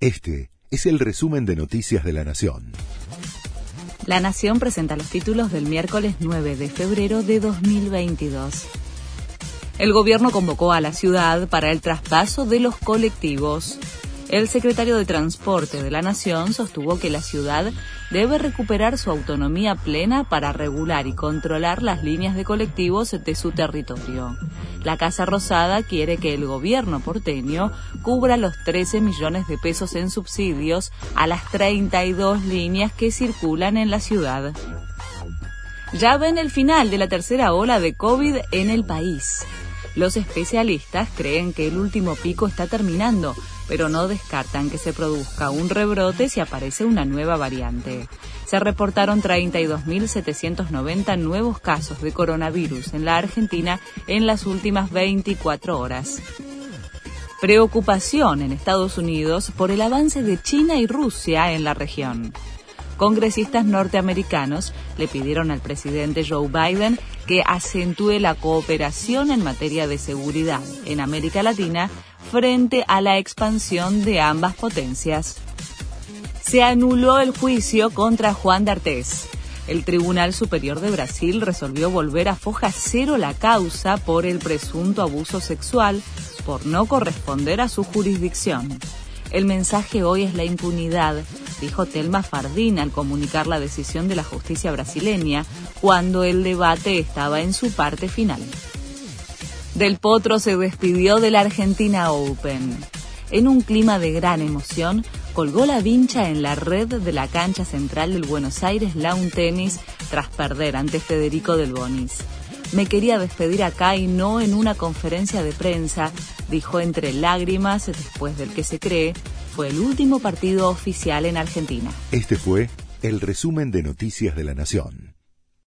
Este es el resumen de Noticias de la Nación. La Nación presenta los títulos del miércoles 9 de febrero de 2022. El gobierno convocó a la ciudad para el traspaso de los colectivos. El secretario de Transporte de la Nación sostuvo que la ciudad debe recuperar su autonomía plena para regular y controlar las líneas de colectivos de su territorio. La Casa Rosada quiere que el gobierno porteño cubra los 13 millones de pesos en subsidios a las 32 líneas que circulan en la ciudad. Ya ven el final de la tercera ola de COVID en el país. Los especialistas creen que el último pico está terminando, pero no descartan que se produzca un rebrote si aparece una nueva variante. Se reportaron 32.790 nuevos casos de coronavirus en la Argentina en las últimas 24 horas. Preocupación en Estados Unidos por el avance de China y Rusia en la región. Congresistas norteamericanos le pidieron al presidente Joe Biden que acentúe la cooperación en materia de seguridad en América Latina frente a la expansión de ambas potencias. Se anuló el juicio contra Juan D'Artés. El Tribunal Superior de Brasil resolvió volver a foja cero la causa por el presunto abuso sexual por no corresponder a su jurisdicción. El mensaje hoy es la impunidad, dijo Telma Fardín al comunicar la decisión de la justicia brasileña cuando el debate estaba en su parte final. Del Potro se despidió de la Argentina Open. En un clima de gran emoción, colgó la vincha en la red de la cancha central del Buenos Aires Lawn Tennis tras perder ante Federico Del Bonis. Me quería despedir acá y no en una conferencia de prensa, dijo entre lágrimas después del que se cree fue el último partido oficial en Argentina. Este fue el resumen de Noticias de la Nación.